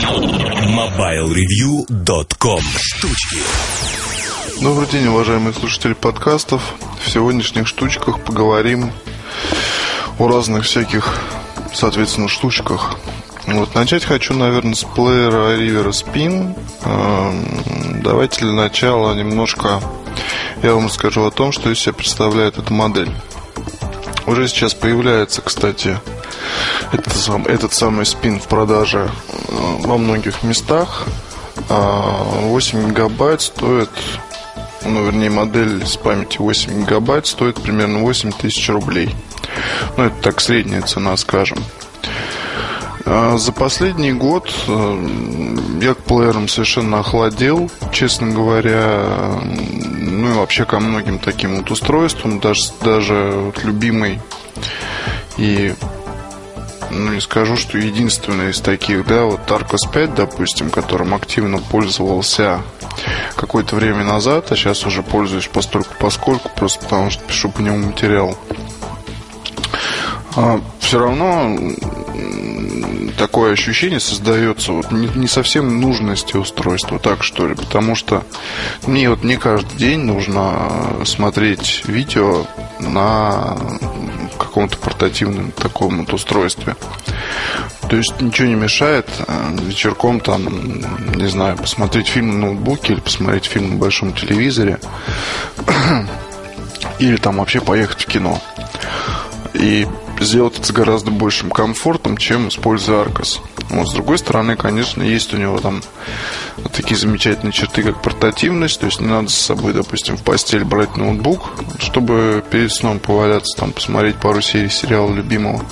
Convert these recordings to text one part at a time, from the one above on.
MobileReview.com. Штучки. Добрый день, уважаемые слушатели подкастов. В сегодняшних штучках поговорим о разных всяких, соответственно, штучках. Начать хочу, наверное, с плеера Rivera Spin. Давайте для начала немножко я вам расскажу о том, что из себя представляет эта модель. Уже сейчас появляется, кстати, этот самый спин в продаже во многих местах. 8 гигабайт стоит, модель с памятью 8 гигабайт стоит примерно 8 тысяч рублей. Это так, средняя цена, скажем. За последний год я к плеерам совершенно охладел, честно говоря. И вообще ко многим таким устройствам, даже любимый и, не скажу, что единственный из таких, Arcos 5, допустим, которым активно пользовался какое-то время назад, а сейчас уже пользуюсь постольку-поскольку, просто потому что пишу по нему материал. Все равно такое ощущение создается не совсем нужности устройства, так что ли, потому что мне не каждый день нужно смотреть видео на каком-то портативном таком устройстве. То есть ничего не мешает вечерком посмотреть фильм на ноутбуке или посмотреть фильм на большом телевизоре или вообще поехать в кино. И сделать это с гораздо большим комфортом, чем используя Arcos. С другой стороны, конечно, есть у него такие замечательные черты, как портативность. То есть не надо с собой, допустим, в постель брать ноутбук, чтобы перед сном поваляться, посмотреть пару серий сериала любимого.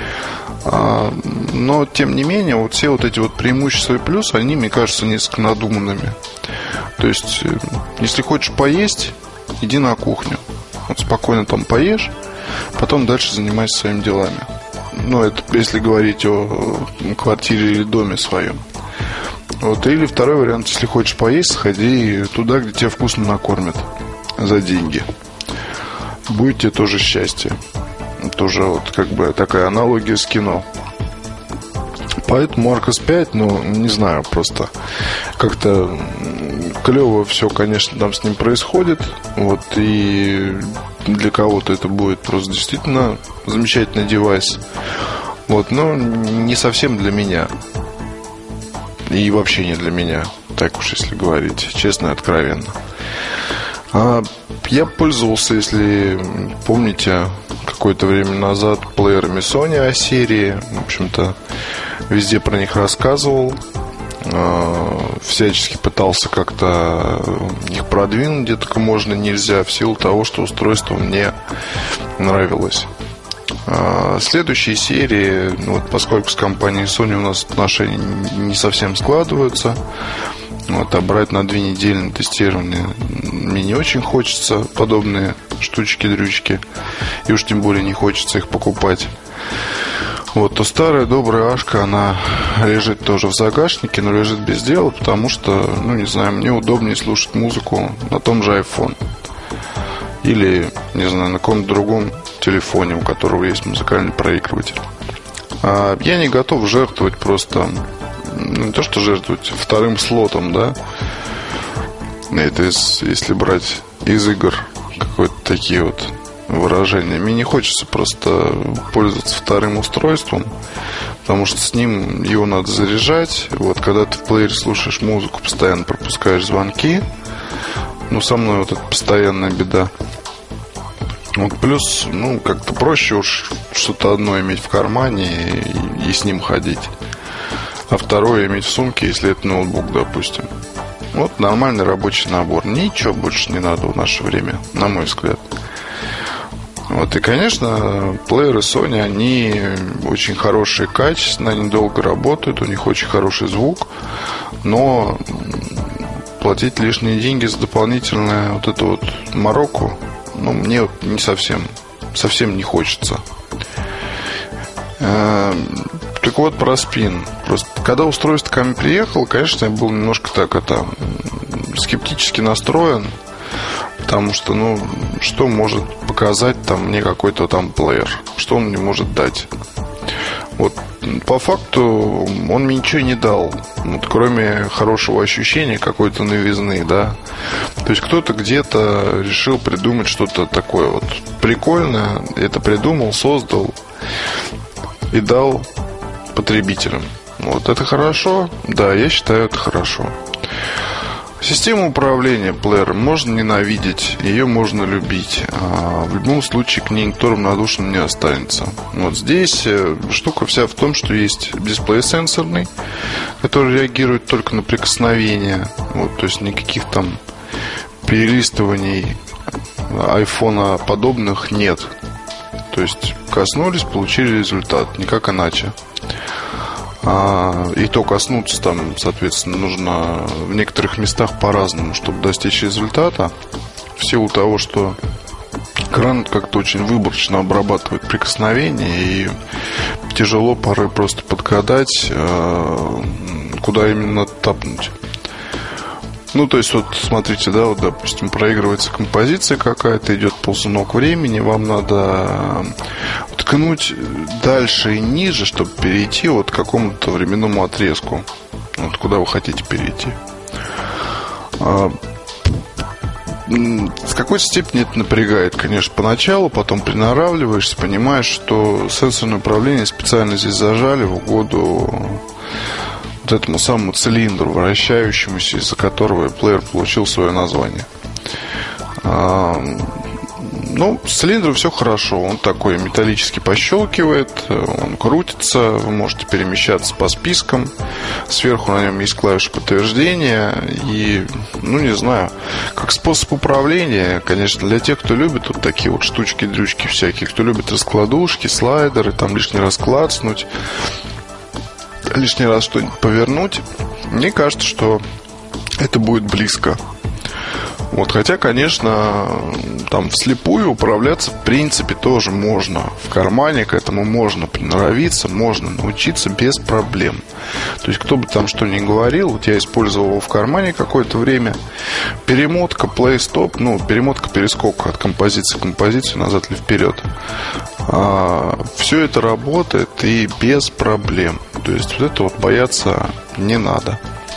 Но, тем не менее, все эти преимущества и плюсы, они, мне кажутся, несколько надуманными. То есть, если хочешь поесть, иди на кухню. Спокойно поешь, потом дальше занимайся своими делами. Это если говорить о квартире или доме своем. Или второй вариант: если хочешь поесть, сходи туда, где тебя вкусно накормят за деньги. Будет тебе тоже счастье. Тоже такая аналогия с кино. Поэтому Arcos 5, не знаю, просто как-то клево все, конечно, с ним происходит. И для кого-то это будет просто действительно замечательный девайс. Но не совсем для меня. И вообще не для меня, так уж если говорить честно и откровенно. Я пользовался, если помните, какое-то время назад плеерами Sony А-серии. В общем-то, везде про них рассказывал. Всячески пытался как-то их продвинуть, где только можно, нельзя, в силу того, что устройство мне нравилось. Следующие серии, поскольку с компанией Sony у нас отношения не совсем складываются, а брать на 2 недели на тестирование мне не очень хочется подобные штучки-дрючки, и уж тем более не хочется их покупать. То старая добрая Ашка, она лежит тоже в загашнике, но лежит без дела, потому что, мне удобнее слушать музыку на том же iPhone. Или, на каком-то другом телефоне, у которого есть музыкальный проигрыватель. Я не готов жертвовать просто, не то что жертвовать, вторым слотом, Это если брать из игр какие-то такие выражения. Мне не хочется просто пользоваться вторым устройством, потому что с ним его надо заряжать. Когда ты в плеере слушаешь музыку, постоянно пропускаешь звонки. Со мной это постоянная беда. Плюс, как-то проще уж что-то одно иметь в кармане и с ним ходить, а второе иметь в сумке, если это ноутбук, допустим. Нормальный рабочий набор. Ничего больше не надо в наше время, на мой взгляд. И, конечно, плееры Sony, они очень хорошие, качественные, они долго работают, у них очень хороший звук, но платить лишние деньги за дополнительное мороку, мне не совсем не хочется. Так про спин. Просто когда устройство ко мне приехало, конечно, я был немножко скептически настроен, потому что, что может показать мне какой-то плеер, что он мне может дать. по факту он мне ничего не дал, вот, кроме хорошего ощущения какой-то новизны, да. То есть кто-то где-то решил придумать что-то такое вот прикольное, это придумал, создал и дал потребителям. Вот это хорошо? Да, я считаю, это хорошо. Систему управления плеером можно ненавидеть, ее можно любить. В любом случае к ней никто равнодушным не останется. Вот здесь штука вся в том, что есть дисплей сенсорный, который реагирует только на прикосновение. Вот, то есть никаких там перелистываний айфона подобных нет. То есть коснулись, получили результат, никак иначе. И то коснуться там, соответственно, нужно в некоторых местах по-разному, чтобы достичь результата. В силу того, что экран как-то очень выборочно обрабатывает прикосновение, и тяжело порой просто подгадать, куда именно тапнуть. Ну, то есть, вот смотрите, да, вот, допустим, проигрывается композиция какая-то, идет ползунок времени, вам надо ткнуть дальше и ниже, чтобы перейти вот к какому-то временному отрезку, вот куда вы хотите перейти. В какой-то степени это напрягает, конечно, поначалу, потом приноравливаешься, понимаешь, что сенсорное управление специально здесь зажали в угоду вот этому самому цилиндру, вращающемуся, из-за которого плеер получил свое название. Ну, с цилиндром все хорошо. Он такой металлически пощелкивает, он крутится, вы можете перемещаться по спискам. Сверху на нем есть клавиша подтверждения. И, ну, не знаю, как способ управления, конечно, для тех, кто любит вот такие вот штучки-дрючки всякие, кто любит раскладушки, слайдеры, там лишний раз клацнуть, лишний раз что-нибудь повернуть, мне кажется, что это будет близко. Вот, хотя, конечно, там вслепую управляться в принципе тоже можно. В кармане к этому можно приноровиться, можно научиться без проблем. То есть, кто бы там что ни говорил, вот я использовал его в кармане какое-то время. Перемотка, плей-стоп, ну, перемотка-перескок от композиции к композиции, назад или вперед. Все это работает и без проблем. То есть, вот это вот бояться не надо.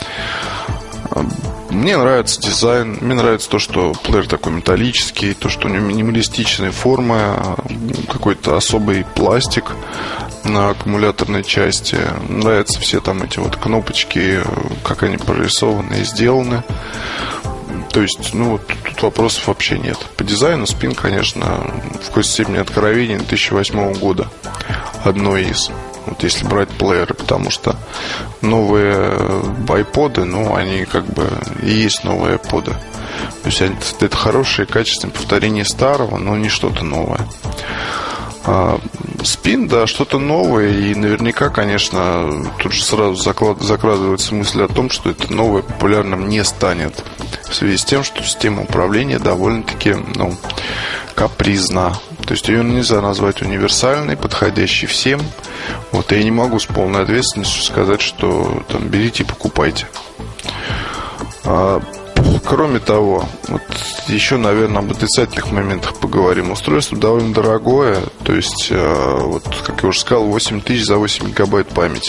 Мне нравится дизайн, мне нравится то, что плеер такой металлический, то, что у него минималистичные формы, какой-то особый пластик на аккумуляторной части. Нравятся все там эти вот кнопочки, как они прорисованы и сделаны. То есть, ну, вот тут вопросов вообще нет. По дизайну спин, конечно, в какой-то степени откровение 2008 года. Одно из. Вот если брать плееры, потому что новые айподы, ну, они как бы и есть новые айподы. То есть это хорошее качественное повторение старого, но не что-то новое. Спин, да, что-то новое. И наверняка, конечно, тут же сразу закрадывается мысль о том, что это новое популярным не станет. В связи с тем, что система управления довольно-таки, ну, капризна. То есть ее нельзя назвать универсальной, подходящей всем. Вот, я не могу с полной ответственностью сказать, что там берите и покупайте. Кроме того, вот еще, наверное, об отрицательных моментах поговорим. Устройство довольно дорогое. То есть, вот, как я уже сказал, 8 тысяч за 8 гигабайт памяти.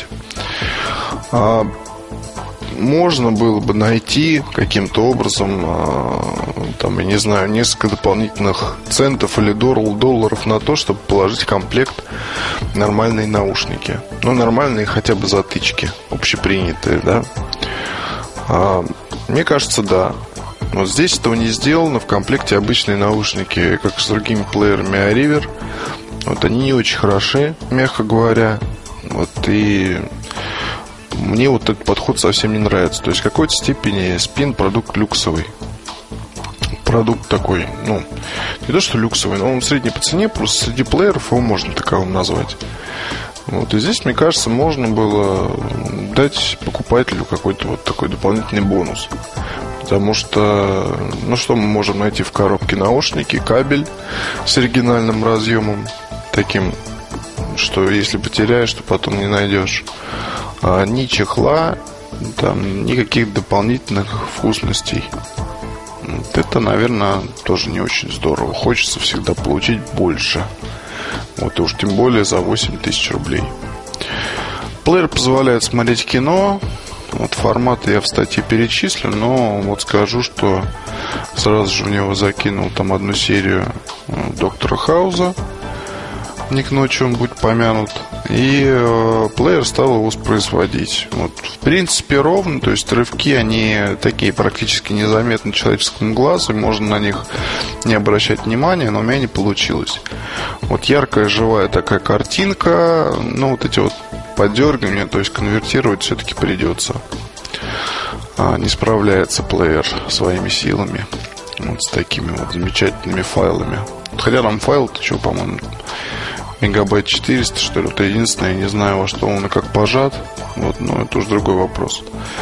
Можно было бы найти каким-то образом, там, я не знаю, несколько дополнительных центов или долларов на то, чтобы положить в комплект нормальные наушники. Ну, нормальные хотя бы затычки, общепринятые, да. Мне кажется, да. Вот здесь этого не сделано. В комплекте обычные наушники, как с другими плеерами iRiver. Вот они не очень хороши, мягко говоря. Вот, и мне вот этот подход совсем не нравится. То есть в какой-то степени спин продукт люксовый. Продукт такой, ну, не то что люксовый, но он средний по цене. Просто среди плееров его можно таковым назвать. Вот, и здесь, мне кажется, можно было дать покупателю какой-то вот такой дополнительный бонус. Потому что, ну, что мы можем найти в коробке? Наушники, кабель с оригинальным разъемом, таким, что если потеряешь, то потом не найдешь. Ни чехла, там, никаких дополнительных вкусностей. Вот это, наверное, тоже не очень здорово. Хочется всегда получить больше. Вот, и уж тем более за 8 тысяч рублей. Плеер позволяет смотреть кино. Вот форматы я в статье перечислю, но вот скажу, что сразу же в него закинул там одну серию Доктора Хауза. Не к ночи он будет помянут. И плеер стал его воспроизводить. Вот, в принципе, ровно. То есть рывки, они такие практически незаметны человеческому глазу. Можно на них не обращать внимания, но у меня не получилось. Вот яркая, живая такая картинка. Ну, вот эти вот подергивания, то есть конвертировать все-таки придется. Не справляется плеер своими силами вот с такими вот замечательными файлами. Хотя там файл-то что, по-моему, мегабайт 400, что ли. Это единственное, я не знаю, во что он и как пожат. Вот, но это уже другой вопрос.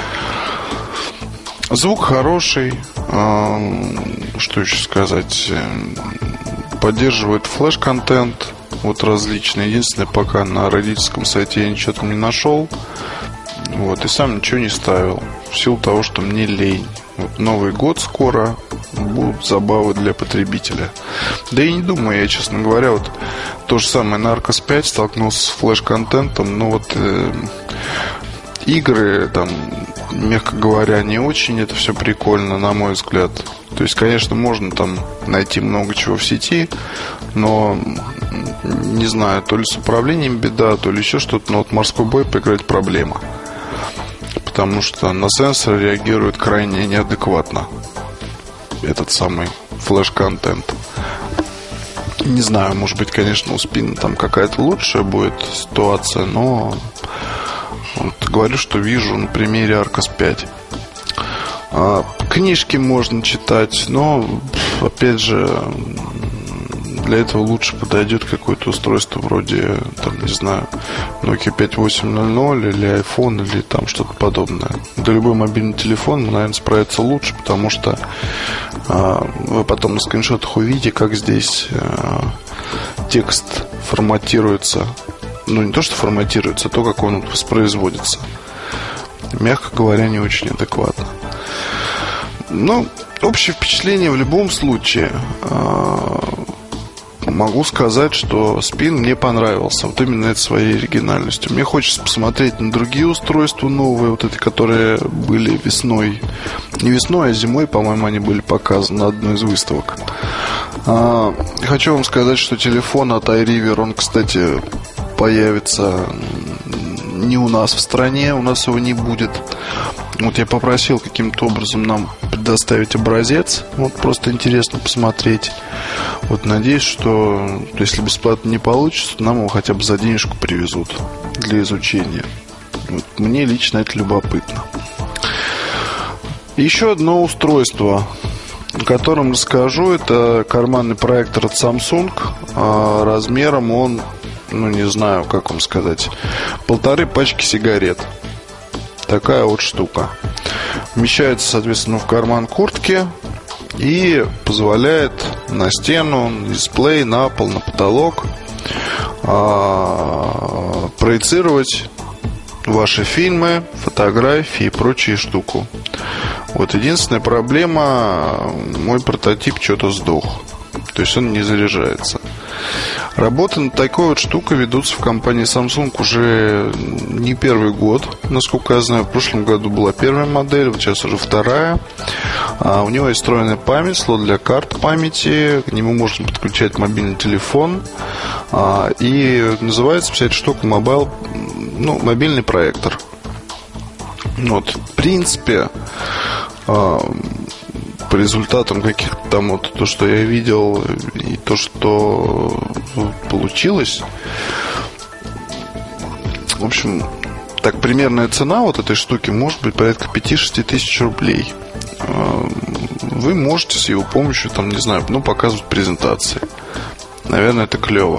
Звук хороший. Что еще сказать? Поддерживает флеш-контент. Вот различные. Единственное, пока на родительском сайте я ничего там не нашел. Вот, и сам ничего не ставил. В силу того, что мне лень. Вот, Новый год скоро. Будут забавы для потребителя. Да и не думаю, я, честно говоря, вот то же самое на Arcos 5 столкнулся с флеш-контентом. Но вот игры там, мягко говоря, не очень. Это все прикольно, на мой взгляд. То есть, конечно, можно там найти много чего в сети, но не знаю, то ли с управлением беда, то ли еще что-то. Но вот морской бой поиграть проблема, потому что на сенсор реагирует крайне неадекватно этот самый флеш-контент. Не знаю, может быть, конечно, у спина там какая-то лучшая будет ситуация, но вот говорю, что вижу на примере Arcos 5. Книжки можно читать, но, опять же, для этого лучше подойдет какое-то устройство вроде, там, не знаю, Nokia 5800 или iPhone, или там что-то подобное. Да любой мобильный телефон, наверное, справится лучше, потому что вы потом на скриншотах увидите, как здесь текст форматируется. Ну, не то, что форматируется, а то, как он воспроизводится. Мягко говоря, не очень адекватно. Но общее впечатление в любом случае. Могу сказать, что спин мне понравился. Вот именно это своей оригинальностью. Мне хочется посмотреть на другие устройства новые, вот эти, которые были весной. Не весной, а зимой, по-моему, они были показаны на одной из выставок. Хочу вам сказать, что телефон от iRiver, он, кстати, появится не у нас в стране. У нас его не будет. Вот я попросил каким-то образом нам предоставить образец. Вот просто интересно посмотреть. Вот надеюсь, что если бесплатно не получится, то нам его хотя бы за денежку привезут для изучения. Вот мне лично это любопытно. Еще одно устройство, о котором расскажу. Это карманный проектор от Samsung. Размером он, ну не знаю, как вам сказать, 1,5 пачки сигарет. Такая вот штука. Вмещается, соответственно, в карман куртки и позволяет на стену, на дисплей, на пол, на потолок проецировать ваши фильмы, фотографии и прочие штуку. Вот единственная проблема: мой прототип что-то сдох. То есть он не заряжается. Работы над такой вот штукой ведутся в компании Samsung уже не первый год. Насколько я знаю, в прошлом году была первая модель, вот сейчас уже вторая. У него есть встроенная память, слот для карт памяти. К нему можно подключать мобильный телефон. И называется вся эта штука мобильный проектор. Вот, в принципе, по результатам каких-то там вот то, что я видел, и то, что получилось, в общем, так примерная цена вот этой штуки может быть порядка 5-6 тысяч рублей. Вы можете с его помощью, там, не знаю, показывать презентации. Наверное, это клево.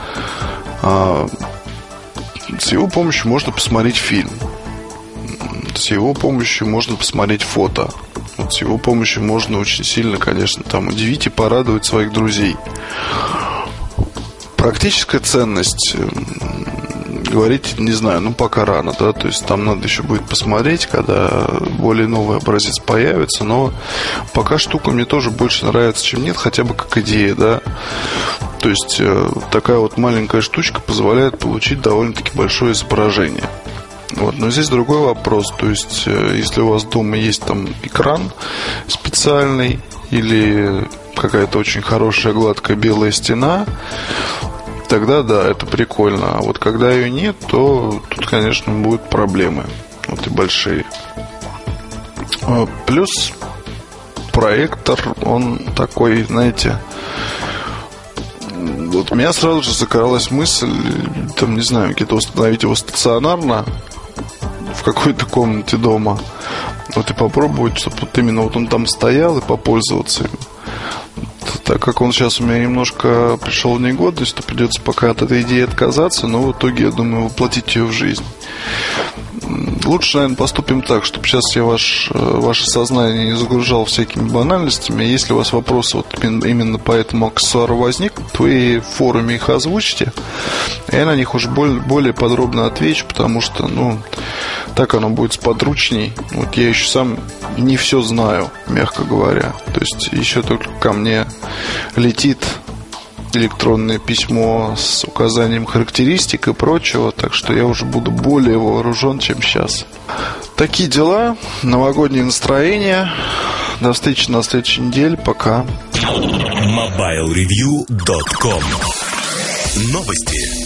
С его помощью можно посмотреть фильм. С его помощью можно посмотреть фото. Вот с его помощью можно очень сильно, конечно, там удивить и порадовать своих друзей. Практическая ценность, говорить не знаю, пока рано, да, то есть там надо еще будет посмотреть, когда более новый образец появится, но пока штука мне тоже больше нравится, чем нет, хотя бы как идея, да. То есть такая вот маленькая штучка позволяет получить довольно-таки большое изображение. Вот. Но здесь другой вопрос. То есть, если у вас дома есть там экран специальный или какая-то очень хорошая гладкая белая стена, тогда да, это прикольно. А вот когда ее нет, то тут, конечно, будут проблемы. Вот и большие. Плюс проектор, он такой, знаете, вот у меня сразу же закралась мысль, там, не знаю, где-то установить его стационарно в какой-то комнате дома. Вот и попробовать, чтобы вот именно вот он там стоял, и попользоваться им. Так как он сейчас у меня немножко пришел в негодность, то придется пока от этой идеи отказаться, но в итоге, я думаю, воплотить ее в жизнь. Лучше, наверное, поступим так, чтобы сейчас я ваше сознание не загружал всякими банальностями. Если у вас вопросы вот именно по этому аксессуару возникнут, вы в форуме их озвучите, и я на них уже более подробно отвечу, потому что, так оно будет сподручней. Вот я еще сам не все знаю, мягко говоря. То есть еще только ко мне летит электронное письмо с указанием характеристик и прочего, так что я уже буду более вооружен, чем сейчас. Такие дела, новогоднее настроение. До встречи на следующей неделе. Пока. MobileReview.com. Новости.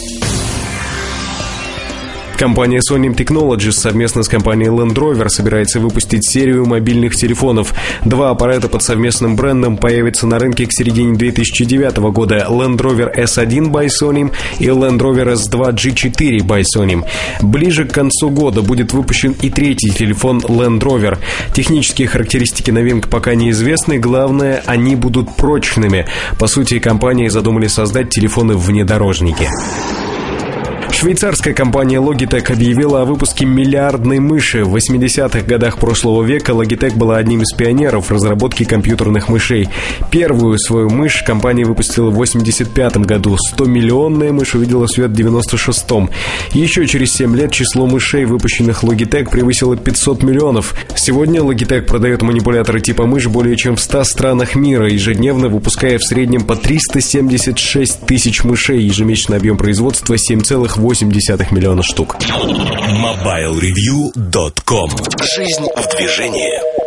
Компания Sony Technologies совместно с компанией Land Rover собирается выпустить серию мобильных телефонов. 2 аппарата под совместным брендом появятся на рынке к середине 2009 года. Land Rover S1 by Sony и Land Rover S2 G4 by Sony. Ближе к концу года будет выпущен и 3-й телефон Land Rover. Технические характеристики новинок пока неизвестны. Главное, они будут прочными. По сути, компании задумали создать телефоны-внедорожники. Швейцарская компания Logitech объявила о выпуске миллиардной мыши. В 80-х годах прошлого века Logitech была одним из пионеров разработки компьютерных мышей. Первую свою мышь компания выпустила в 85-м году. 100-миллионная мышь увидела свет в 96-м. Еще через 7 лет число мышей, выпущенных Logitech, превысило 500 миллионов. Сегодня Logitech продает манипуляторы типа мышь более чем в 100 странах мира, ежедневно выпуская в среднем по 376 тысяч мышей. Ежемесячный объем производства 7,8 миллиона штук. MobileReview.com. Жизнь в движении.